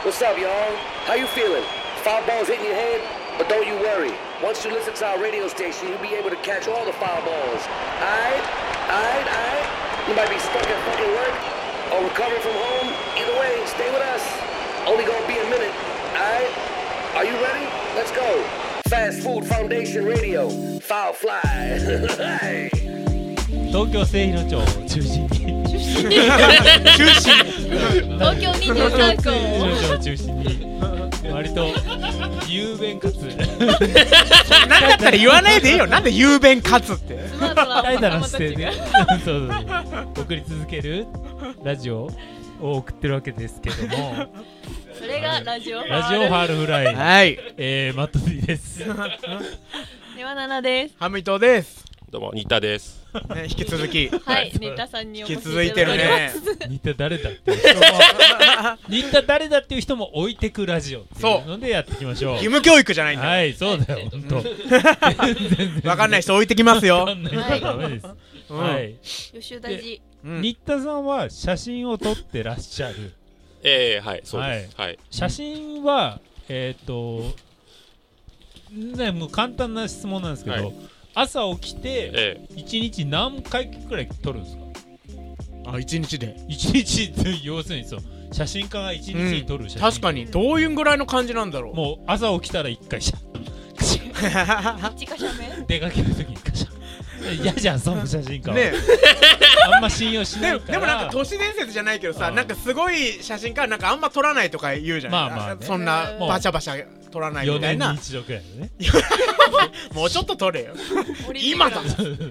What's up, y'all? How you feeling? Foul balls hitting your head? But don't you worry. Once you listen to our radio station, you'll be able to catch all the foul balls. Aight? You might be stuck at fucking work or recovering from home. Either way, stay with us. Only gonna be a minute. Aight? Are you ready? Let's go. Fast Food Foundation Radio. Foul Fly. Hey. 東京末広町を中心に東京23区を中心に割と雄弁かつなんだったら言わないでいいよ。なんで雄弁かつって怠惰な姿勢でそう送り続けるラジオを送ってるわけですけども、 それがラジオファールフライ、 はい、 マット D です。 ではナナです。 ハムイトです。 どうも新田です、 ね、引き続きはい新田さんにお越しいた続いてるね。 新田誰だっていう人も新田誰だっていう人も置いてくラジオっていうのでやっていきましょう。 義務教育じゃないんだよ。 はいそうだよ本当。 分かんない人置いてきますよ。 分かんない人はダメです。はい。 吉田寺。 新田さんは写真を撮ってらっしゃる。 はいそうです。はい。 写真はねもう簡単な質問なんですけど。朝起きて1日何回くらい撮るんですか？ あ、1日で 1日って要するにそう写真家が1日に撮る写真、 確かにどういうぐらいの感じなんだろう。 もう朝起きたら1回シャ出かけるときに1回シャ嫌じゃんその写真家は、ね、あんま信用しないから。 でもなんか都市伝説じゃないけどさ、なんかすごい写真家はなんかあんま撮らないとか言うじゃん。まあね、そんなバシャバシャ撮らないみたいな。 4年に一度くらいのねもうちょっと撮れよ今だ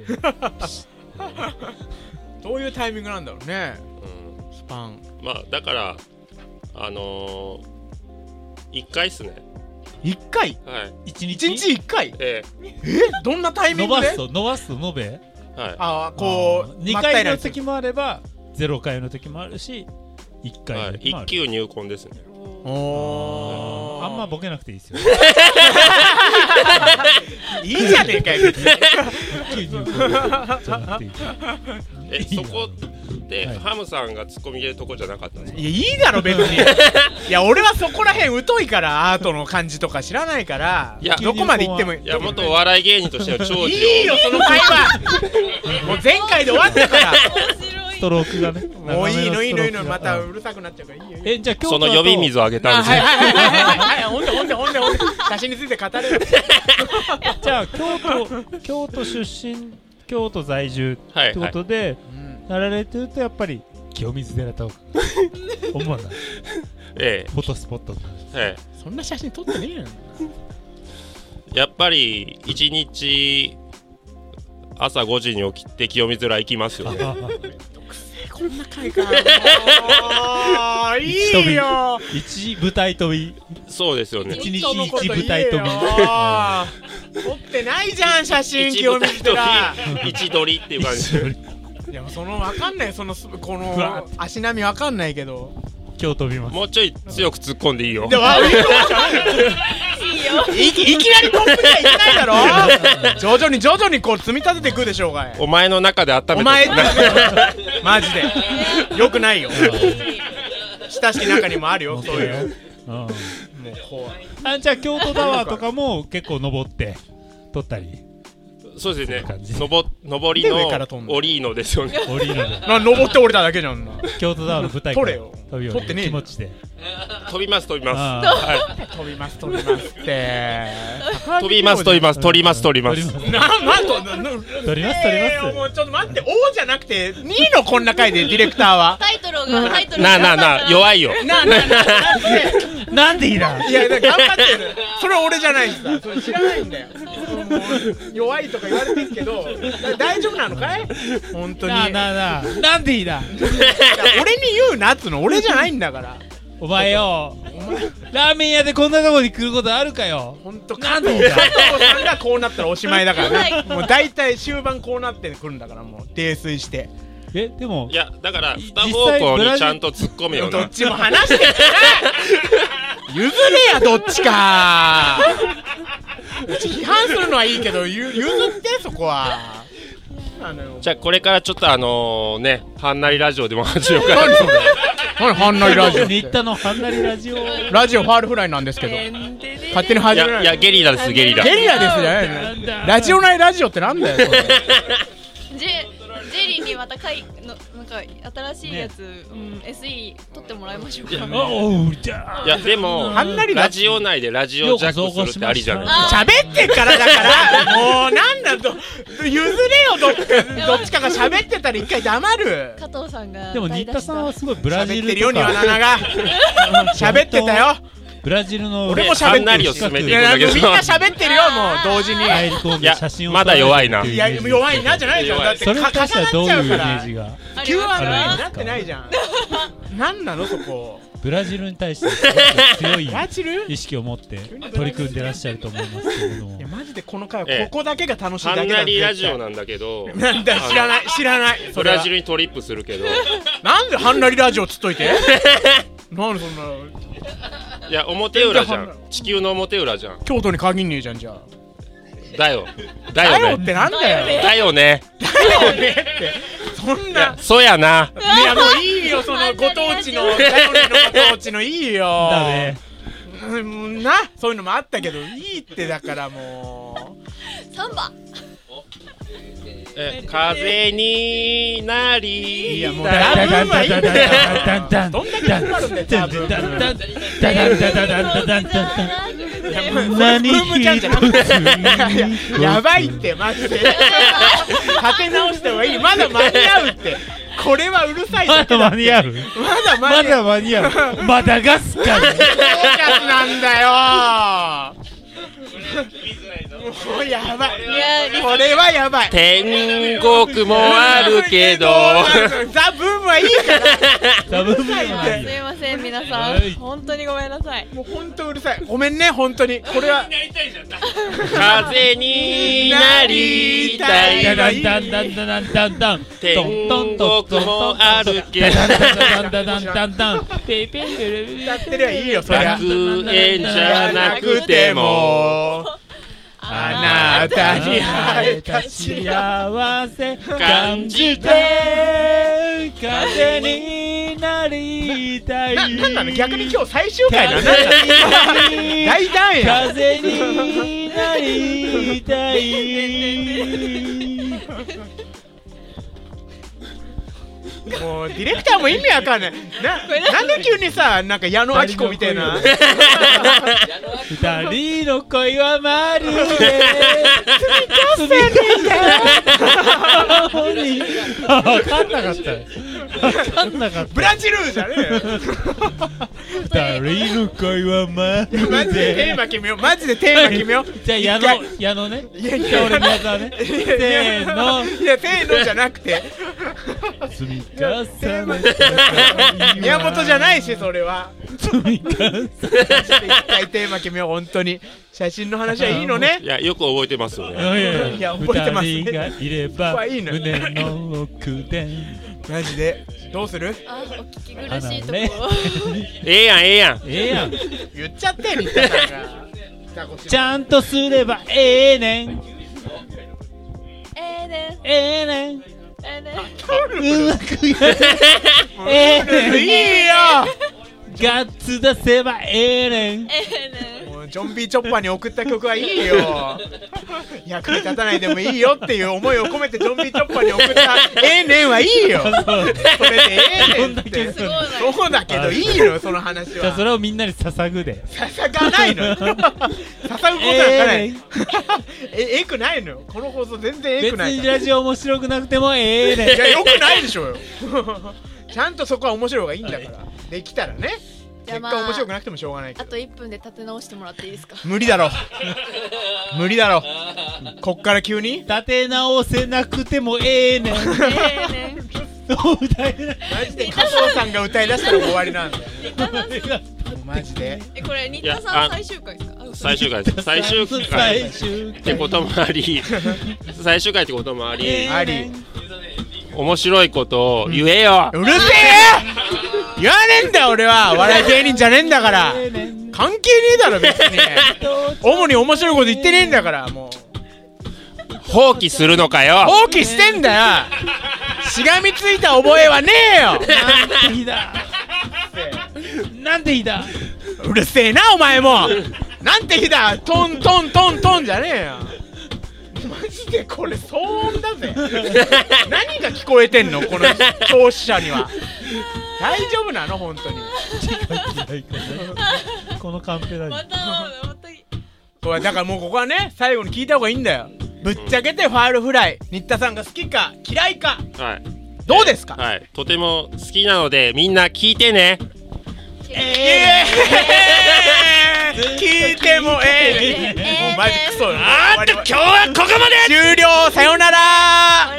どういうタイミングなんだろうね、スパン。 まあだから1回っすね。 1回？ はい。 1日1回？どんなタイミングで？ 伸ばすと延べ？はい。 あ、こう 2回の時もあれば0回の時もあるし1回の時もある。 1級入魂ですね。 あんまボケなくていいですよ。 いいじゃねえかよ。 そこでハムさんがツッコミ入れるとこじゃなかったんですか？ いやいいだろ別に。いや俺はそこら辺疎いからアートの感じとか知らないから、どこまで行ってもいや元お笑い芸人としての長寿を。 いいよその会話。もう前回で終わったから。 ストロークがね。 もういいのまたうるさくなっちゃうからいいよ。 じゃあ今日その呼び水をあげたんですよ。 はいほんで写真について語れる。 じゃあ京都出身京都在住ってことでなられてるとやっぱり清水寺と思わない。フォトスポット。 そんな写真撮ってねえよ。 やっぱり1日朝5時に起きて清水寺行きますよね。 こんな回か。いいよ。 一舞台飛び。 そうですよね。 一日一舞台飛び。 撮ってないじゃん写真。清水寺一撮りっていう感じ。 いやそのわかんないこの足並みわかんないけど。 今日飛びます。 もうちょい強く突っ込んでいいよ。 いいよ。いきなりトップにはいけないだろ。徐々にこう積み立てていくでしょうが。 お前の中で温めて。 お前マジでよくないよ。親しき中にもあるよそういう。もう怖い。 じゃあ京都タワーとかも結構登って撮ったり。 そうですね。上りのオリーノですよね。 オリーノで。 登って降りただけじゃんな。 京都タワーの舞台から撮ってねえ。 気持ちで。 飛びます。 飛びますって。 飛びます。 もうちょっと待って。O じゃなくて2のこんな回でディレクターは。 タイトルがなあ弱いよ。 なんでいいな。 いや頑張ってる。それは俺じゃないしさ。それ知らないんだよ。弱いとか言われてるけど大丈夫なのかい？本当に。 なんでいいな。 俺に言うなっつの。俺じゃないんだから。 お前よ。ラーメン屋でこんなとこに来ることあるかよ。 本当加藤さんがこうなったらおしまいだからね。もう大体終盤こうなってくるんだからもう泥酔して。 でもいやだから2方向にちゃんと突っ込むよな。 どっちも話してる譲れやどっちか。批判するのはいいけど譲ってそこは。 じゃあこれからちょっとはんなりラジオでも始めようかな。 何はんなりラジオって新田のはんなりラジオラジオファールフライなんですけど勝手に始めない。 いやゲリラですゲリラゲリラですじゃないの。ラジオ内ラジオってなんだよそれ。 ジェリーにまたなんか新しいやつ、SE 取ってもらいましょうか。 いやでもラジオ内でラジオジャックするってありじゃない。 喋ってからだからもうなんだと譲れよどっちかが喋ってたら一回黙る。 加藤さんがでも新田さんはすごいブラジルとか喋ってるよにわななが喋ってたよ。 ブラジルの俺も喋ってる。 を進めていくんだけどみんな喋ってるよもう同時に。 いやまだ弱いな。 いや弱いなじゃないじゃん。だってそれに対してはどういうイメージが急はなってないじゃん。なんなのそこ。 ブラジルに対して強い意識を持って取り組んでらっしゃると思いますけれども。 いやマジでこの回はここだけが楽しいだけだ。 はんなりラジオなんだけど。 なんだ知らない。 ブラジルにトリップするけど。 なんではんなりラジオつっといて。なんでそんな。 いや表裏じゃん。地球の表裏じゃん。 京都に限んねえじゃんじゃあ。 だよね。 ってなんだよ。 だよね。 ってそんな。 そうやな。 いやもういいよそのご当地のだよねのご当地のいいよ。 だね。 なそういうのもあったけどいいってだからもう。サンバ。 風になり。 いやもうダブーンはいいんだよ。どんだけかかるんだよダブーン。やばいってマジで。立て直した方がいい。まだ間に合うって。これはうるさいだけだ。 まだ間に合う。まだ間に合う。マダガスカル。 フォーカスなんだよ。もうやばい。これはやばい。 天国もあるけどザ・ブームはいいからザ・ブームはいい。 すいません皆さん本当にごめんなさい。 もう本当うるさい。ごめんね本当に。これは風になりたい。 だんだんだんだんだんだん天国もあるけどだんだんだんだんだんペイペイやってりゃいいよそりゃ。 楽園じゃなくてもあなたに会えた幸せ感じて風になりたい。 なんなの逆に今日最終回なの。大団円風になりたい。 もうディレクターも意味わかんない。なんで急にさなんか矢野顕子みたいな。 二人の恋はまるで積み重ねた。分かんなかった。分かんなかった。 ブラジルじゃねえよ。 二人の恋はまるマジでテで。 ーマ決めよう。マジでテーマ決めよう。 じゃあ矢野ね。 いやじゃあ俺のやつはね。せーの。 いやせーのじゃなくて積み重ねた。 宮本じゃないしそれは。 積み重ね一回テーマ決めよう本当に。写真の話はいいのね。 いやよく覚えてますよね。 いや覚えてますね。 二人がいれば胸の奥でマジでどうする？ あ、お聞き苦しいところ。 ええやんええやん。 言っちゃって新田さんが。 ちゃんとすればええねん。 ねええねん。 ねうまくやれ。ええねん。 いいよ。 ガッツ出せばええねん。 ねもうジョンビーチョッパーに送った曲はいいよ。役に立たないでもいいよっていう思いを込めてジョンビーチョッパーに送ったええねんはいいよ。それでええねんってそうだけどいいのその話は。 じゃあそれをみんなに捧ぐで。 捧がないのよ。捧ぐことなんかないえくないのよ。この放送全然え別くないにラジオ面白くなくてもええねん。 いやよくないでしょうよ。ちゃんとそこは面白い方がいいんだから。できたらね。結果面白くなくてもしょうがないけど。 あと1分で立て直してもらっていいですか？ 無理だろ。無理だろ。こっから急に立て直せなくてもええねん。 ね歌えない。 マジで加藤さんが歌い出したら終わりなんだよ。マジで。 これ新田さん最終回ですか？ 最終回です。最終回ってこともあり最終回ってこともありあり面白いことを言えよ。 うるせえ言わねえんだよ俺は。笑い芸人じゃねえんだから関係ねえだろ別に。主に面白いこと言ってねえんだから。もう放棄するのかよ。 放棄してんだよ。しがみついた覚えはねえよ。 なんでいいだ。 うるせえなお前も。なんて日だ。トントントントンじゃねえよ。マジでこれ騒音だぜ。何が聞こえてんのこの聴取者には。大丈夫なの本当に。 このカンペだ。 まただからもうここはね最後に聞いた方がいいんだよ。ぶっちゃけてファールフライ新田さんが好きか嫌いか、 はい、 どうですか。 はい、とても好きなのでみんな聞いてね。 聞いてももうマジクソ。 今日はここまで。 終了。さよなら。